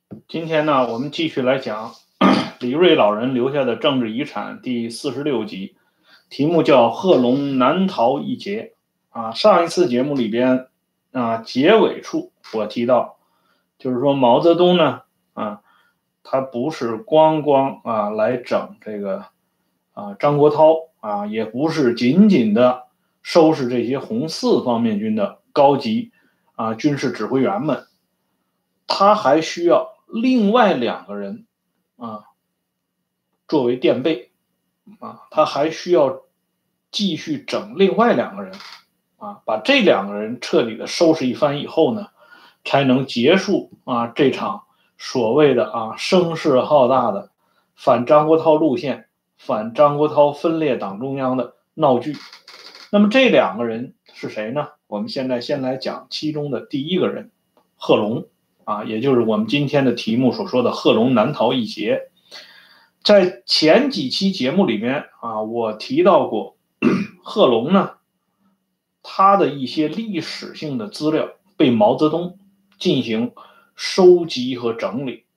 今天呢，我们继续来讲李瑞老人留下的政治遗产第46集，题目叫《贺龙难逃一劫》。上一次节目里边结尾处我提到，就是说毛泽东呢他不是光来整这个张国焘也不是仅仅的收拾这些红四方面军的高级军事指挥员们，他还需要另外两个人啊作为垫背他还需要继续整另外两个人把这两个人彻底的收拾一番以后呢，才能结束这场所谓的声势浩大的反张国焘路线、反张国焘分裂党中央的闹剧。那么这两个人是谁呢？我们现在先来讲其中的第一个人，贺龙也就是我们今天的题目所说的贺龙难逃一劫。在前几期节目里面我提到过贺龙呢，他的一些历史性的资料被毛泽东进行收集和整理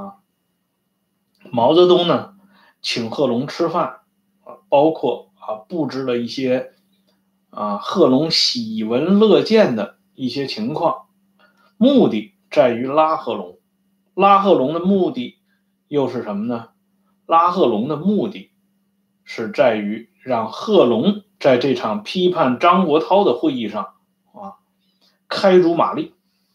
毛泽东呢请贺龙吃饭包括布置了一些贺龙喜闻乐见的一些情况，目的在于拉贺龙。拉贺龙的目的又是什么呢？拉贺龙的目的是在于让贺龙在这场批判张国焘的会议上开足马力，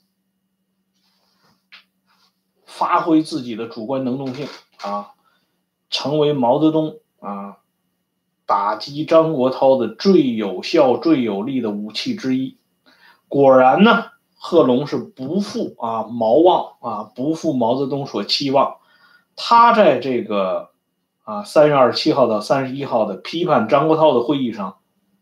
发挥自己的主观能动性成为毛泽东打击张国焘的最有效、最有力的武器之一。果然呢，贺龙是不负毛望不负毛泽东所期望。他在这个3月27号到31号的批判张国焘的会议上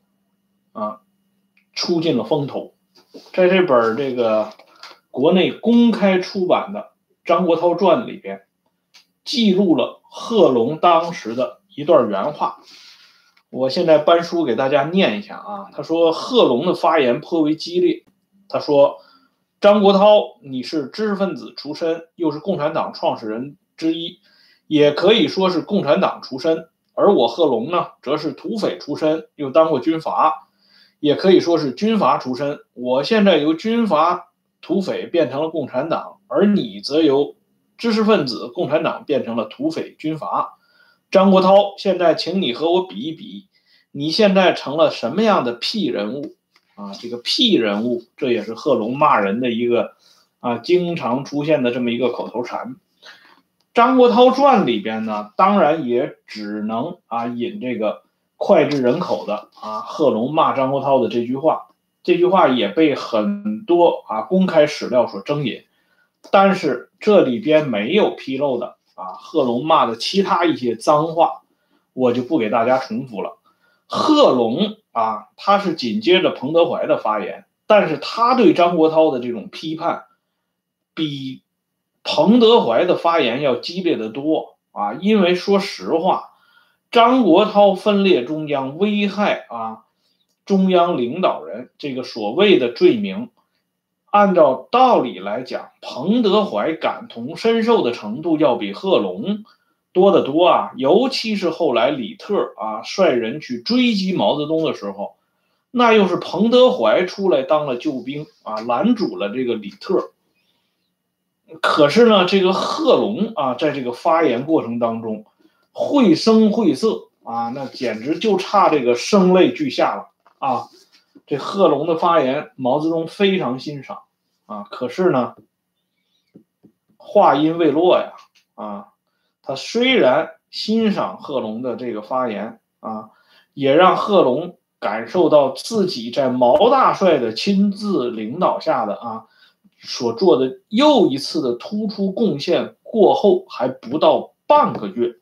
出尽了风头。在这本这个国内公开出版的《张国焘传》里边，记录了贺龙当时的一段原话。我现在搬书给大家念一下他说贺龙的发言颇为激烈。他说张国焘你是知识分子出身，又是共产党创始人之一，也可以说是共产党出身，而我贺龙呢则是土匪出身，又当过军阀，也可以说是军阀出身。我现在由军阀土匪变成了共产党，而你则由知识分子共产党变成了土匪军阀。张国焘，现在请你和我比一比，你现在成了什么样的屁人物这个屁人物，这也是贺龙骂人的一个经常出现的这么一个口头禅。张国焘传里边呢，当然也只能引这个脍炙人口的贺龙骂张国焘的这句话。这句话也被很多公开史料所征引，但是这里边没有披露的贺龙骂的其他一些脏话，我就不给大家重复了。贺龙他是紧接着彭德怀的发言，但是他对张国焘的这种批判比彭德怀的发言要激烈得多因为说实话，张国焘分裂中央、危害中央领导人这个所谓的罪名，按照道理来讲，彭德怀感同身受的程度要比贺龙多得多尤其是后来李特率人去追击毛泽东的时候，那又是彭德怀出来当了救兵拦阻了这个李特。可是呢，这个贺龙在这个发言过程当中绘声绘色那简直就差这个声泪俱下了这贺龙的发言，毛泽东非常欣赏可是呢，话音未落呀他虽然欣赏贺龙的这个发言也让贺龙感受到自己在毛大帅的亲自领导下的所做的又一次的突出贡献过后还不到半个月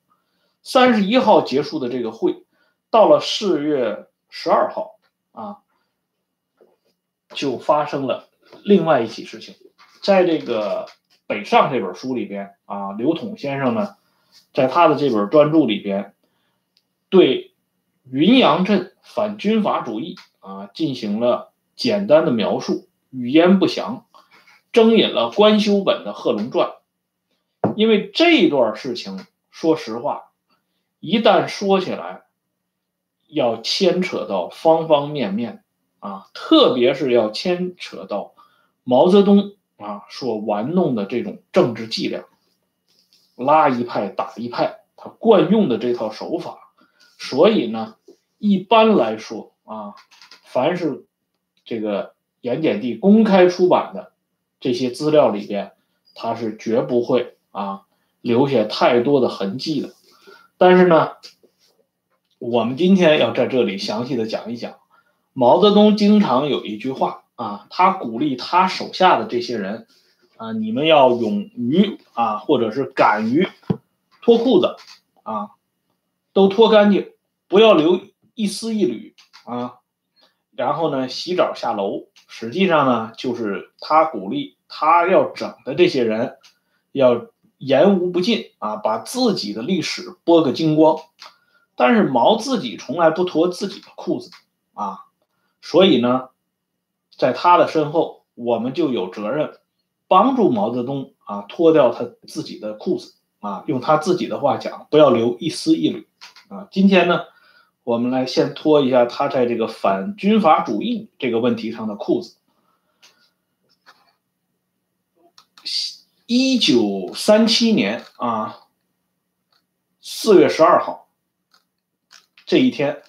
，31号结束的这个会，到了4月12号就发生了另外一起事情。在这个北上这本书里边刘统先生呢，在他的这本专著里边，对云阳镇反军阀主义进行了简单的描述，语焉不详，征引了关修本的《贺龙传》。 因为这段事情，说实话，一旦说起来，要牵扯到方方面面啊，特别是要牵扯到毛泽东啊所玩弄的这种政治伎俩，拉一派打一派，他惯用的这套手法。所以呢，一般来说啊，凡是这个盐碱地公开出版的这些资料里边，他是绝不会留下太多的痕迹的。但是呢，我们今天要在这里详细的讲一讲，毛泽东经常有一句话他鼓励他手下的这些人你们要勇于或者是敢于脱裤子都脱干净，不要留一丝一缕然后呢，洗澡下楼。实际上呢，就是他鼓励他要整的这些人要言无不尽把自己的历史剥个精光。但是毛自己从来不脱自己的裤子所以呢，在他的身后，我们就有责任帮助毛泽东脱掉他自己的裤子用他自己的话讲，不要留一丝一缕今天呢，我们来先脱一下他在这个反军阀主义这个问题上的裤子。1937年4月12号这一天，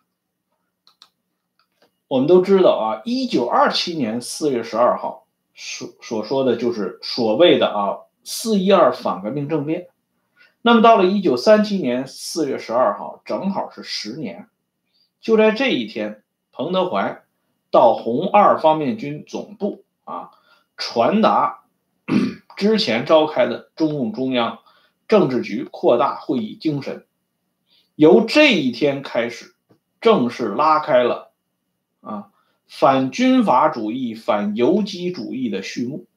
我们都知道1927年4月12号所说的就是所谓的4·12反革命政变。那么到了1937年4月12号，正好是10年。就在这一天，彭德怀到红二方面军总部传达之前召开的中共中央政治局扩大会议精神，由这一天开始，正式拉开了反军阀主义、反游击主义的序幕。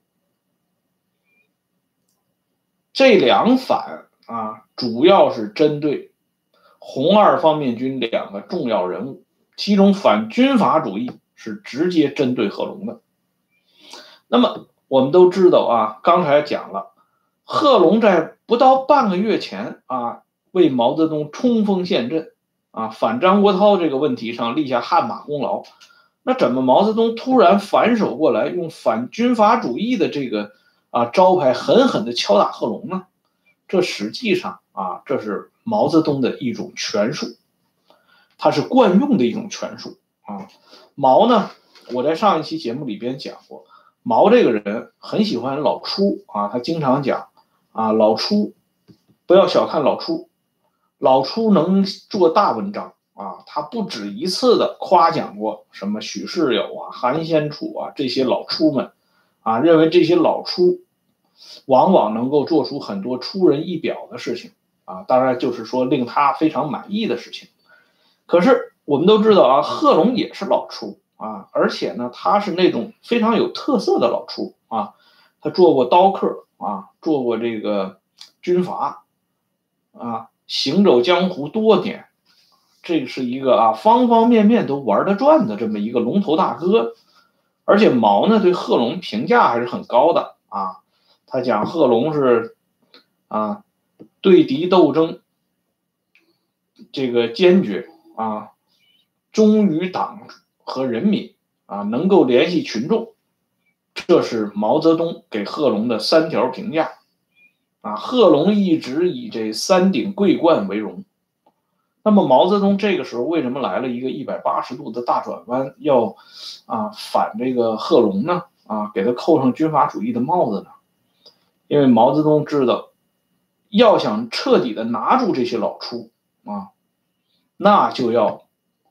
这两反主要是针对红二方面军两个重要人物，其中反军阀主义是直接针对贺龙的。那么我们都知道刚才讲了，贺龙在不到半个月前为毛泽东冲锋陷阵反张国焘这个问题上立下汗马功劳。那怎么毛泽东突然反手过来，用反军阀主义的这个招牌狠狠地敲打贺龙呢？这实际上这是毛泽东的一种权术，他是惯用的一种权术毛呢，我在上一期节目里边讲过，毛这个人很喜欢老初他经常讲老初不要小看老初，老初能做大文章他不止一次的夸奖过什么许世友韩先楚这些老初们认为这些老初往往能够做出很多出人意表的事情当然就是说令他非常满意的事情。可是我们都知道贺龙也是老初而且呢，他是那种非常有特色的老初他做过刀客做过这个军阀行走江湖多年，这是一个方方面面都玩得转的这么一个龙头大哥。而且毛呢对贺龙评价还是很高的他讲贺龙是对敌斗争这个坚决忠于党和人民能够联系群众，这是毛泽东给贺龙的3条评价贺龙一直以这3顶桂冠为荣。那么毛泽东这个时候为什么来了一个180度的大转弯，要反这个贺龙呢给他扣上军阀主义的帽子呢？因为毛泽东知道，要想彻底的拿住这些老初那就要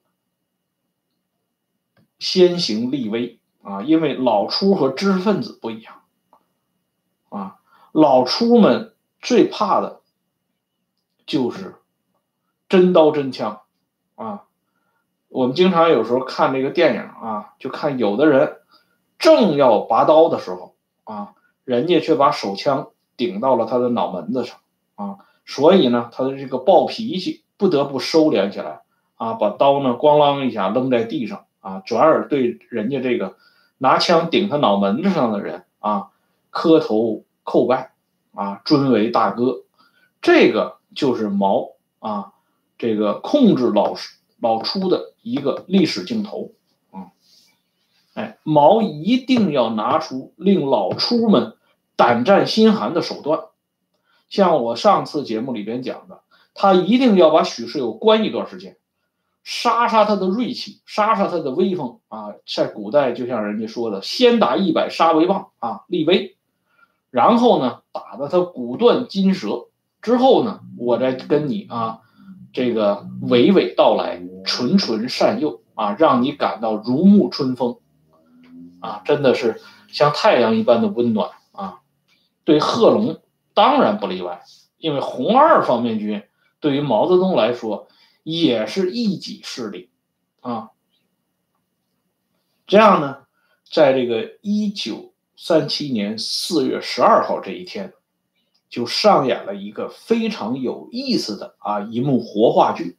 先行立威因为老初和知识分子不一样老初们最怕的就是真刀真枪我们经常有时候看这个电影就看有的人正要拔刀的时候人家却把手枪顶到了他的脑门子上所以呢，他的这个暴脾气不得不收敛起来把刀呢咣啷一下扔在地上转而对人家这个拿枪顶他脑门子上的人磕头叩拜尊为大哥。这个就是毛这个控制老初的一个历史镜头。毛一定要拿出令老初们胆战心寒的手段。像我上次节目里边讲的，他一定要把许世友关一段时间，杀他的锐气，杀他的威风在古代就像人家说的，先打100杀威棒立威，然后呢打得他骨断筋折，之后呢我再跟你这个娓娓道来，循循善诱让你感到如沐春风真的是像太阳一般的温暖对贺龙当然不例外，因为红二方面军对于毛泽东来说也是一己势力这样呢，在这个1937年4月12号这一天，就上演了一个非常有意思的一幕活话剧。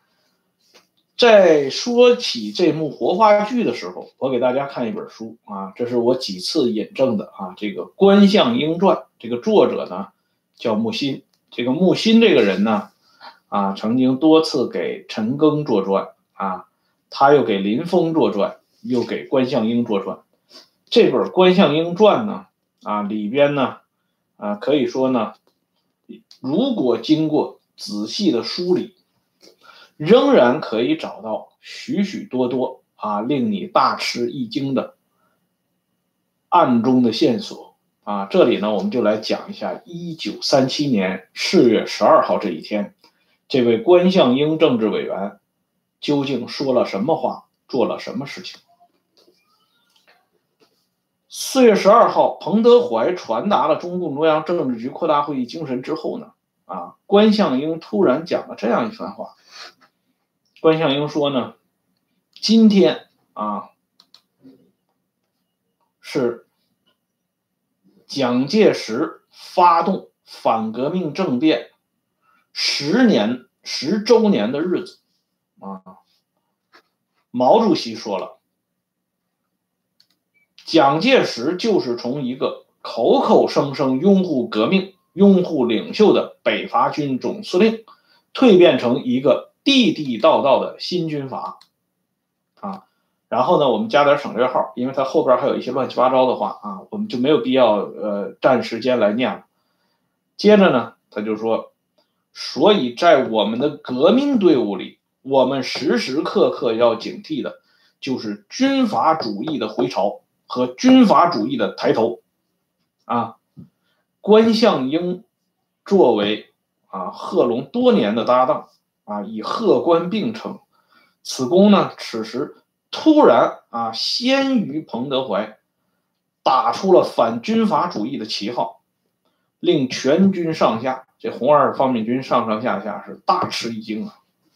在说起这幕活话剧的时候，我给大家看一本书这是我几次引证的这个《关向英传》，这个作者呢叫木心。这个木心这个人呢曾经多次给陈赓作传他又给林峰作传，又给关向英作传。这本《关向英传》呢里边呢可以说呢，如果经过仔细的梳理，仍然可以找到许许多多令你大吃一惊的暗中的线索这里呢我们就来讲一下1937年4月12号这一天，这位关向英政治委员究竟说了什么话，做了什么事情。4月12号，彭德怀传达了中共中央政治局扩大会议精神之后呢关向英突然讲了这样一番话。关向英说呢，今天是蒋介石发动反革命政变10周年的日子毛主席说了，蒋介石就是从一个口口声声拥护革命、拥护领袖的北伐军总司令，蜕变成一个地地道道的新军阀然后呢我们加点省略号，因为它后边还有一些乱七八糟的话我们就没有必要占时间来念了。接着呢他就说，所以在我们的革命队伍里，我们时时刻刻要警惕的就是军阀主义的回潮和军阀主义的抬头关向英作为贺龙多年的搭档以贺关并称，此公呢此时突然先于彭德怀打出了反军阀主义的旗号，令全军上下，这红二方面军上上下下是大吃一惊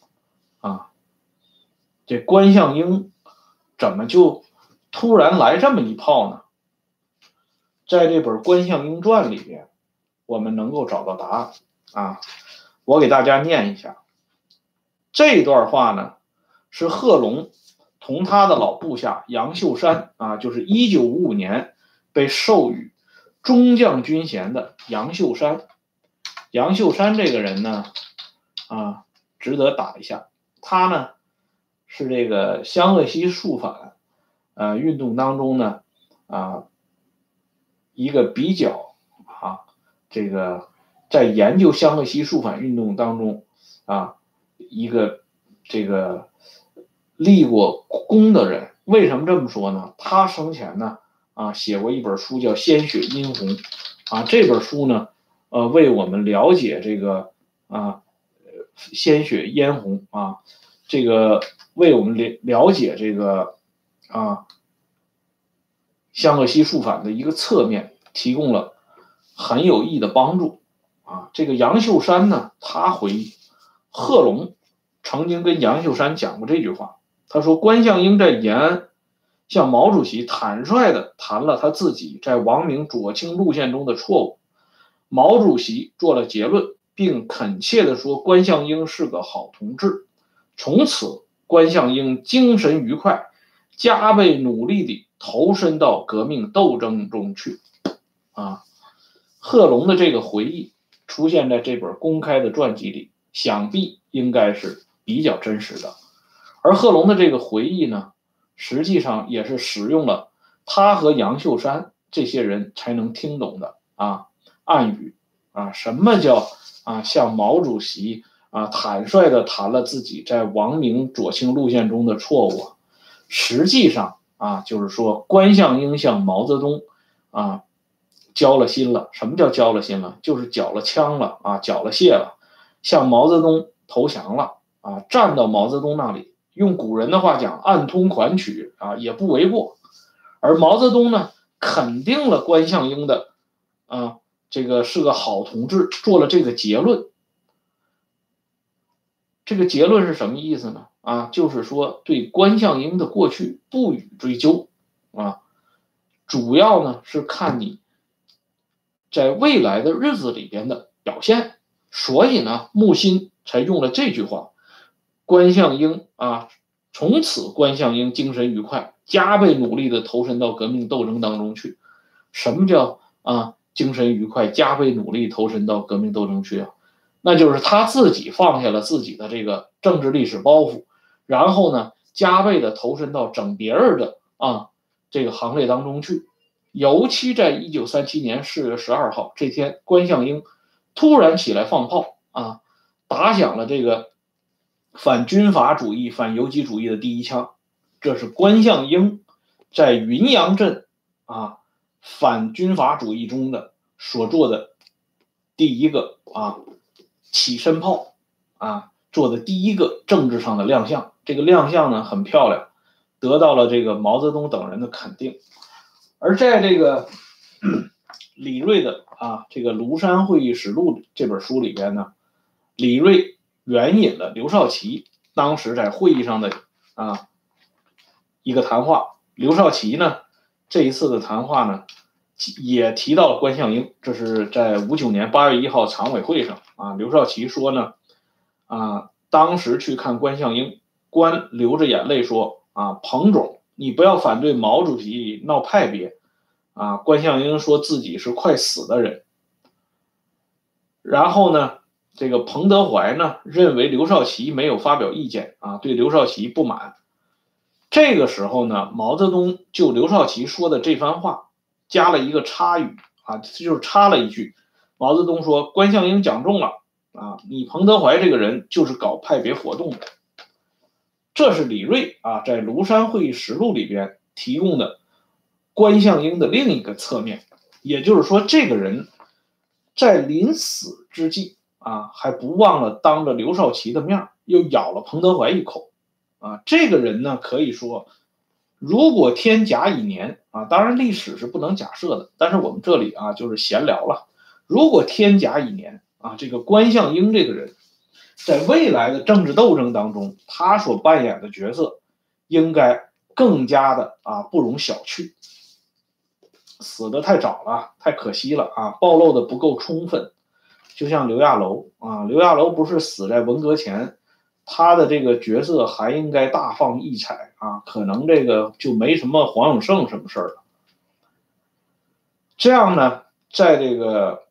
这关向英怎么就突然来这么一炮呢？在这本《关向英传》里边我们能够找到答案我给大家念一下。这段话呢是贺龙同他的老部下杨秀山就是1955年被授予中将军衔的杨秀山。杨秀山这个人呢值得打一下。他呢是这个湘鄂西肃反运动当中呢一个比较这个在研究湘鄂西肃反运动当中一个这个立过功的人。为什么这么说呢？他生前呢写过一本书叫《鲜血殷红》这本书呢为我们了解这个鲜血嫣红这个为我们了解这个湘鄂西肃反的一个侧面提供了很有益的帮助这个杨秀山呢，他回忆贺龙曾经跟杨秀山讲过这句话，他说关向英在延安向毛主席坦率地谈了他自己在王明左倾路线中的错误，毛主席做了结论，并恳切地说关向英是个好同志。从此关向英精神愉快，加倍努力地投身到革命斗争中去贺龙的这个回忆出现在这本公开的传记里，想必应该是比较真实的。而贺龙的这个回忆呢，实际上也是使用了他和杨秀山这些人才能听懂的暗语什么叫向毛主席坦率地谈了自己在王明左倾路线中的错误实际上就是说关向应向毛泽东交了心了。什么叫交了心了？就是缴了枪了缴了械了，向毛泽东投降了站到毛泽东那里，用古人的话讲，暗通款曲也不为过。而毛泽东呢，肯定了关向应的这个是个好同志，做了这个结论。这个结论是什么意思呢？就是说对关向应的过去不予追究主要呢是看你在未来的日子里边的表现。所以呢，木心才用了这句话：关向应从此关向应精神愉快，加倍努力地投身到革命斗争当中去。什么叫精神愉快，加倍努力投身到革命斗争去那就是他自己放下了自己的这个政治历史包袱，然后呢，加倍的投身到整别人的这个行列当中去。尤其在1937年4月12号这天，关向应突然起来放炮打响了这个反军阀主义、反游击主义的第一枪。这是关向应在云阳镇反军阀主义中的所做的第一个起身炮做的第一个政治上的亮相。这个亮相呢很漂亮，得到了这个毛泽东等人的肯定。而在这个李锐的这个《庐山会议实录》这本书里边呢，李锐援引了刘少奇当时在会议上的一个谈话。刘少奇呢这一次的谈话呢也提到了关向应。这是在59年8月1号常委会上刘少奇说呢当时去看关向应，关流着眼泪说彭总，你不要反对毛主席闹派别关向应说自己是快死的人。然后呢，这个彭德怀呢认为刘少奇没有发表意见对刘少奇不满。这个时候呢，毛泽东就刘少奇说的这番话加了一个插语就是插了一句。毛泽东说关向应讲中了你彭德怀这个人就是搞派别活动的。这是李锐在《庐山会议实录》里边提供的关向应的另一个侧面。也就是说，这个人在临死之际还不忘了当着刘少奇的面又咬了彭德怀一口这个人呢，可以说如果天假以年当然历史是不能假设的，但是我们这里就是闲聊了。如果天假以年这个关向应这个人在未来的政治斗争当中，他所扮演的角色应该更加的不容小觑。死得太早了，太可惜了暴露的不够充分。就像刘亚楼刘亚楼不是死在文革前，他的这个角色还应该大放异彩可能这个就没什么黄永胜什么事儿了。这样呢，在这个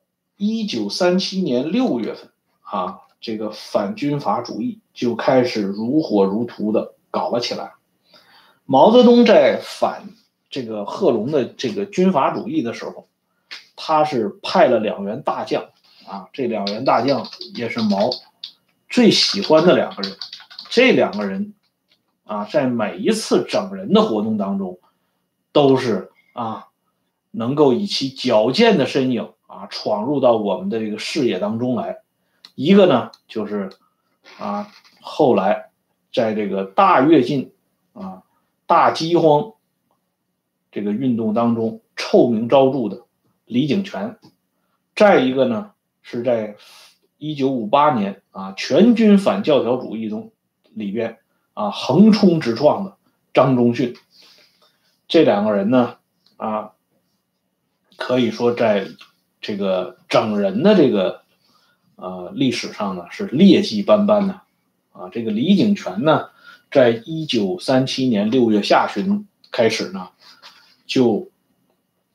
1937年6月份这个反军阀主义就开始如火如荼的搞了起来。毛泽东在反这个贺龙的这个军阀主义的时候，他是派了2员大将这2员大将也是毛最喜欢的2个人。这2个人在每一次整人的活动当中都是能够以其矫健的身影闯入到我们的这个视野当中来。一个呢就是后来在这个大跃进大饥荒这个运动当中臭名昭著的李井泉。再一个呢是在1958年全军反教条主义中里边横冲直撞的张宗逊。这2个人呢可以说在这个整人的这个历史上呢是劣迹斑斑的这个李井泉呢在1937年6月下旬开始呢就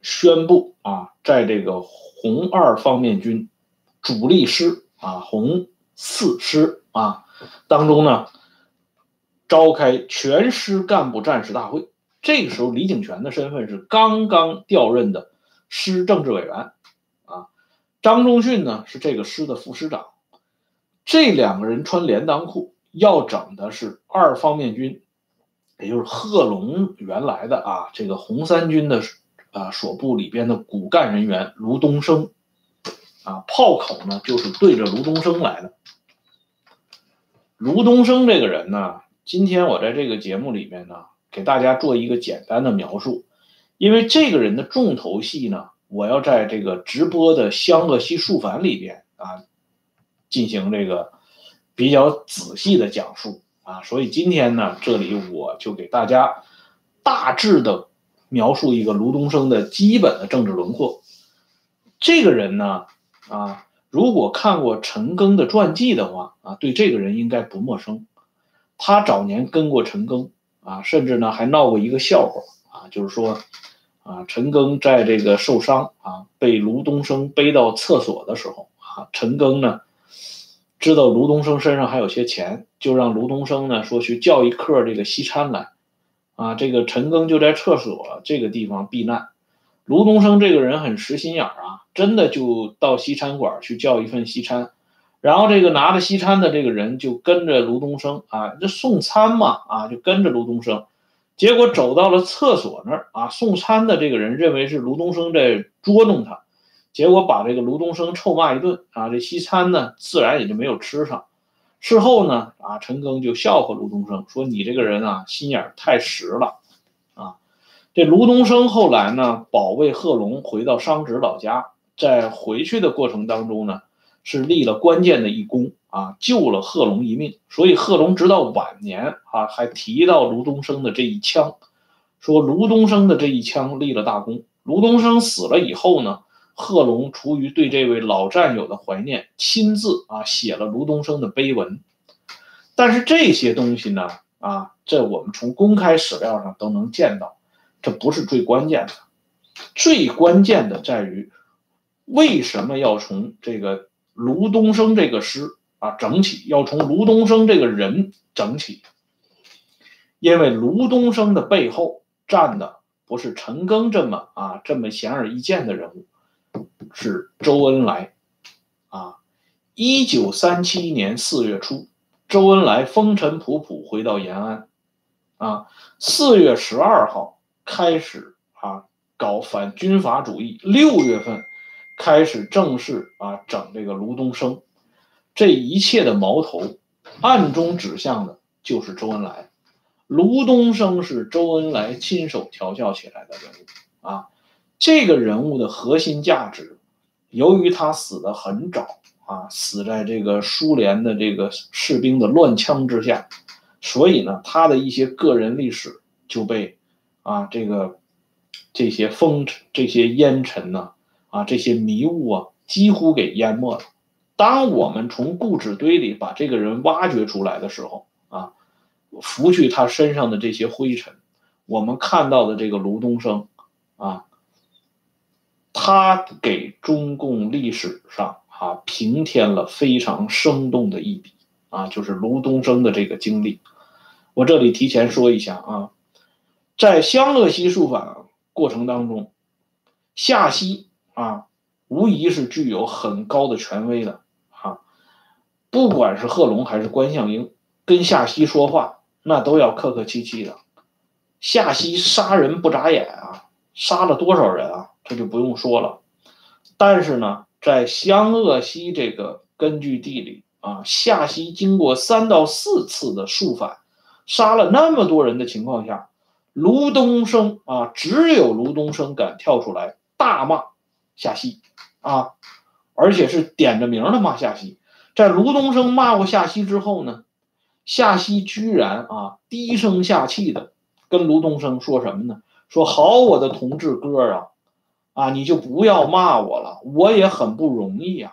宣布在这个红2方面军主力师红4师当中呢，召开全师干部战士大会。这个时候李景全的身份是刚刚调任的师政治委员张忠训呢是这个师的副师长。这2个人穿连裆裤，要整的是2方面军，也就是贺龙原来的这个红3军的所部里边的骨干人员卢东升炮口呢就是对着卢东升来的。卢东升这个人呢，今天我在这个节目里面呢给大家做一个简单的描述，因为这个人的重头戏呢，我要在这个直播的湘鄂西肃反里边进行这个比较仔细的讲述所以今天呢，这里我就给大家大致的描述一个卢东升的基本的政治轮廓。这个人呢如果看过陈赓的传记的话对这个人应该不陌生。他早年跟过陈赓甚至呢还闹过一个笑话就是说陈赓在这个受伤被卢东升背到厕所的时候陈赓呢知道卢东升身上还有些钱，就让卢东升呢说去叫一客这个西餐来这个陈赓就在厕所这个地方避难。卢东升这个人很实心眼真的就到西餐馆去叫一份西餐，然后这个拿着西餐的这个人就跟着卢东升这送餐嘛就跟着卢东升。结果走到了厕所那儿送餐的这个人认为是卢东升在捉弄他，结果把这个卢东升臭骂一顿这西餐呢自然也就没有吃上。事后呢陈赓就笑话卢东升说你这个人心眼太实了这卢东升后来呢保卫贺龙回到商职老家，在回去的过程当中呢是立了关键的一功救了贺龙一命。所以贺龙直到晚年还提到卢东升的这一枪，说卢东升的这一枪立了大功。卢东升死了以后呢，贺龙出于对这位老战友的怀念，亲自写了卢东升的碑文。但是这些东西呢这我们从公开史料上都能见到，这不是最关键的。最关键的在于为什么要从这个卢东升这个师整起，要从卢东升这个人整起。因为卢东升的背后站的不是陈赓这么显而易见的人物，是周恩来1937年4月初，周恩来风尘仆仆回到延安4月12号开始搞反军阀主义，6月份开始正式整这个卢东升。这一切的矛头暗中指向的就是周恩来。卢东升是周恩来亲手调教起来的人物这个人物的核心价值，由于他死得很早死在这个苏联的这个士兵的乱枪之下，所以呢他的一些个人历史就被这些烟尘这些迷雾几乎给淹没了。当我们从故纸堆里把这个人挖掘出来的时候拂去他身上的这些灰尘，我们看到的这个卢东升他给中共历史上平添了非常生动的一笔就是卢东升的这个经历。我这里提前说一下在湘鄂西肃反过程当中，夏曦无疑是具有很高的权威的不管是贺龙还是关向英跟夏曦说话那都要客客气气的。夏曦杀人不眨眼杀了多少人这就不用说了。但是呢在湘鄂西这个根据地里夏曦经过3到4次的肃反，杀了那么多人的情况下，卢东升只有卢东升敢跳出来大骂夏曦而且是点着名的骂夏曦。在卢东升骂过夏曦之后呢，夏曦居然低声下气的跟卢东升说什么呢？说好我的同志哥你就不要骂我了，我也很不容易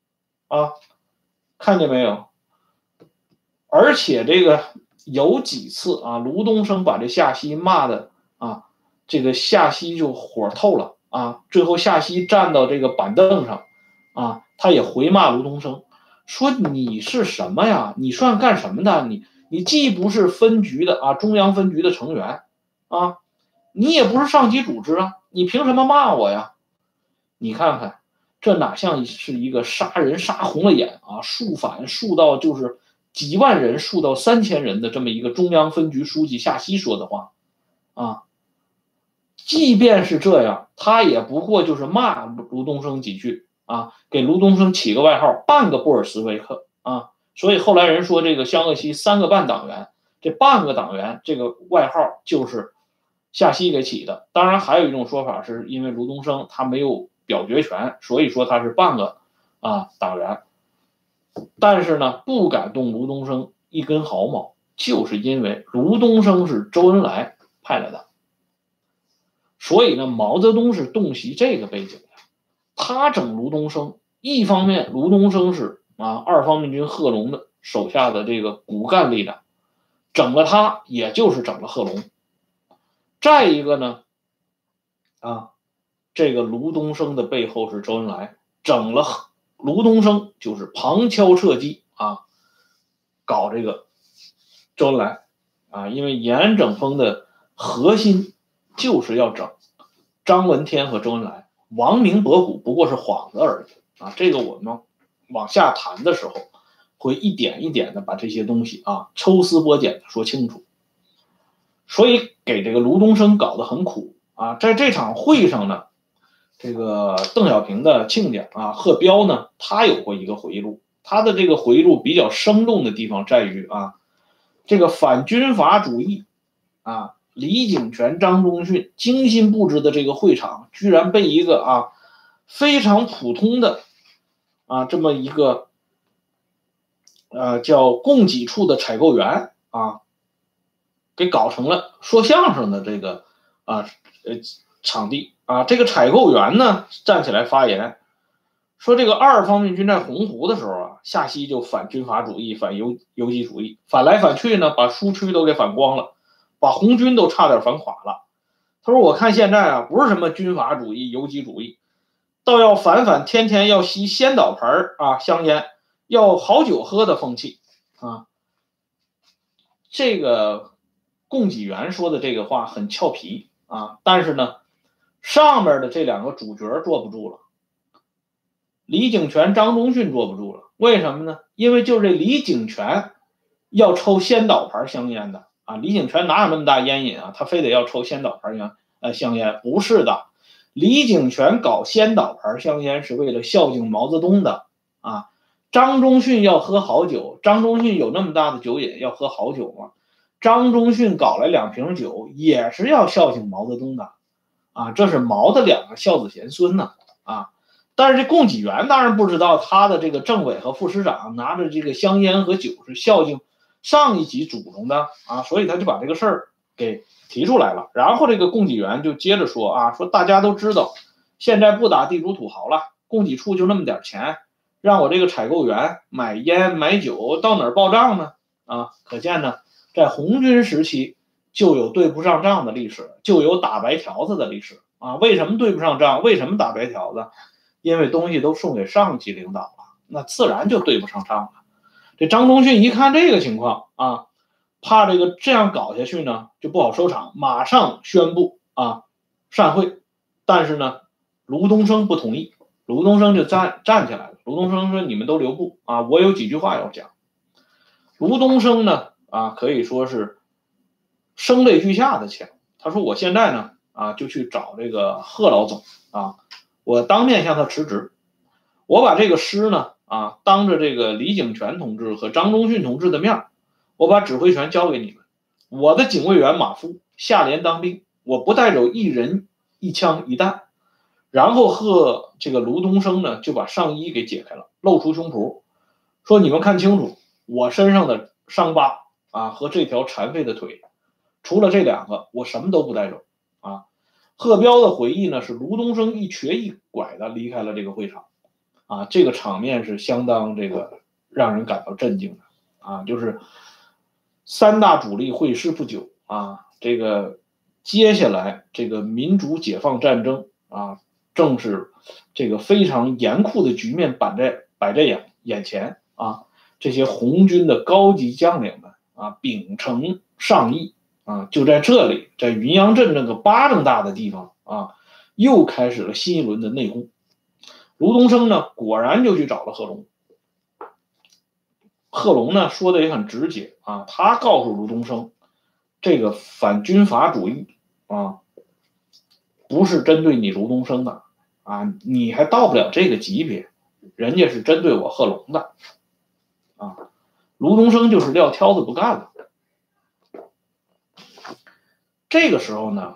看见没有？而且这个有几次卢东升把这夏曦骂的这个夏曦就火透了啊，最后夏曦站到这个板凳上啊，他也回骂卢东升，说你是什么呀？你算干什么的？你既不是分局的啊，中央分局的成员啊，你也不是上级组织啊，你凭什么骂我呀？你看看，这哪像是一个杀人杀红了眼啊，肃反肃到就是几万人，肃到3000人的这么一个中央分局书记夏曦说的话啊。即便是这样，他也不过就是骂卢东升几句啊，给卢东升起个外号半个布尔什维克啊。所以后来人说这个湘鄂西3个半党员，这半个党员这个外号就是夏曦给起的。当然还有一种说法是因为卢东升他没有表决权，所以说他是半个党员。但是呢，不敢动卢东升一根毫毛，就是因为卢东升是周恩来派来的。所以呢，毛泽东是洞悉这个背景的，他整卢东升，一方面卢东升是2方面军贺龙的手下的这个骨干力量，整了他也就是整了贺龙。再一个呢，这个卢东升的背后是周恩来，整了卢东升就是旁敲侧击搞这个周恩来因为延安整风的核心就是要整张闻天和周恩来，亡命博古不过是幌子而已这个我们往下谈的时候会一点一点的把这些东西抽丝剥茧的说清楚。所以给这个卢东升搞得很苦在这场会上呢，这个邓小平的亲家贺彪呢，他有过一个回忆录，他的这个回忆录比较生动的地方在于这个反军阀主义李井泉、张宗逊精心布置的这个会场，居然被一个非常普通的这么一个叫供给处的采购员给搞成了说相声的这个场地这个采购员呢站起来发言说，这个2方面军在洪湖的时候夏曦就反军阀主义、反游击主义，反来反去呢，把苏区都给反光了，把红军都差点反垮了。他说我看现在不是什么军阀主义、游击主义，倒要反天天要吸先导牌香烟，要好酒喝的风气这个供给员说的这个话很俏皮但是呢，上面的这2个主角坐不住了，李井泉、张宗逊坐不住了。为什么呢？因为就这李井泉要抽先导牌香烟的李井泉哪有那么大烟瘾他非得要抽先导牌香烟？不是的，李井泉搞先导牌香烟是为了孝敬毛泽东的张宗逊要喝好酒，张宗逊有那么大的酒瘾要喝好酒吗？张宗逊搞来2瓶酒也是要孝敬毛泽东的这是毛的2个孝子贤孙呢但是这供给员当然不知道他的这个政委和副师长拿着这个香烟和酒是孝敬上一级祖宗的所以他就把这个事儿给提出来了。然后这个供给员就接着说说大家都知道现在不打地主土豪了，供给处就那么点钱，让我这个采购员买烟买酒到哪儿报账呢可见呢，在红军时期就有对不上账的历史，就有打白条子的历史为什么对不上账？为什么打白条子？因为东西都送给上级领导了，那自然就对不上账了。这张宗逊一看这个情况怕这样搞下去呢就不好收场，马上宣布散会。但是呢，卢东升不同意，卢东升就站起来了。卢东升说：“你们都留步我有几句话要讲。”卢东升呢可以说是声泪俱下的讲，他说：“我现在呢就去找这个贺老总我当面向他辞职，我把这个师呢当着这个李井泉同志和张宗逊同志的面，我把指挥权交给你们。我的警卫员马夫下连当兵，我不带走一人一枪一弹。”然后这个卢东升呢就把上衣给解开了，露出胸脯，说：“你们看清楚，我身上的伤疤和这条残废的腿，除了这2个，我什么都不带走贺彪的回忆呢是卢东升一瘸一拐的离开了这个会场这个场面是相当这个让人感到震惊的就是3大主力会师不久这个接下来这个民主解放战争啊，正是这个非常严酷的局面摆在眼前啊，这些红军的高级将领们啊，秉承上意啊，就在这里，在云阳镇这个巴掌大的地方啊，又开始了新一轮的内讧。卢东升呢，果然就去找了贺龙。贺龙呢说的也很直接啊，他告诉卢东升，这个反军阀主义啊，不是针对你卢东升的啊，你还到不了这个级别，人家是针对我贺龙的啊。卢东升就是撂挑子不干了。这个时候呢，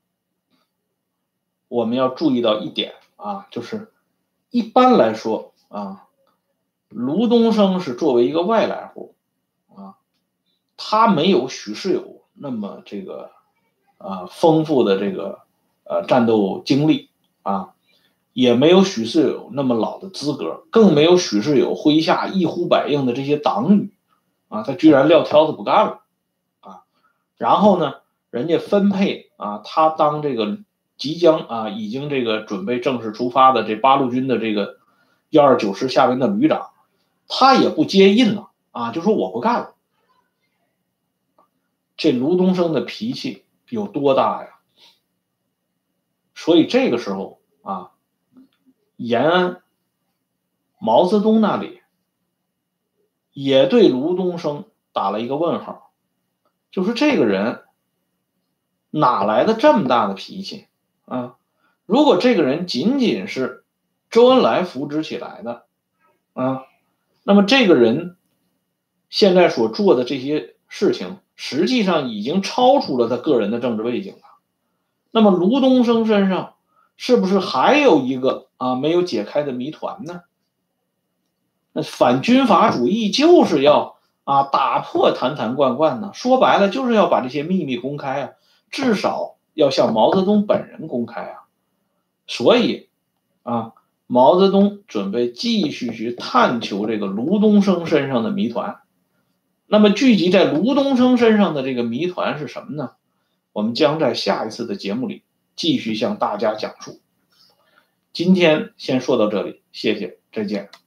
我们要注意到一点啊，就是一般来说啊，卢东升是作为一个外来户啊，他没有许世友那么这个丰富的这个战斗经历啊，也没有许世友那么老的资格，更没有许世友麾下一呼百应的这些党羽啊，他居然撂挑子不干了啊。然后呢，人家分配啊，他当这个即将啊已经这个准备正式出发的这八路军的这个129师下面的旅长，他也不接印了啊，就说我不干了。这卢东升的脾气有多大呀？所以这个时候啊，延安毛泽东那里也对卢东升打了一个问号，就是这个人哪来的这么大的脾气啊？如果这个人仅仅是周恩来扶植起来的啊，那么这个人现在所做的这些事情，实际上已经超出了他个人的政治背景了。那么卢东升身上是不是还有一个没有解开的谜团呢？那反军阀主义就是要打破坛坛罐罐呢，说白了就是要把这些秘密公开啊，至少要向毛泽东本人公开啊。所以毛泽东准备继续去探求这个卢东升身上的谜团。那么聚集在卢东升身上的这个谜团是什么呢？我们将在下一次的节目里继续向大家讲述。今天先说到这里，谢谢，再见。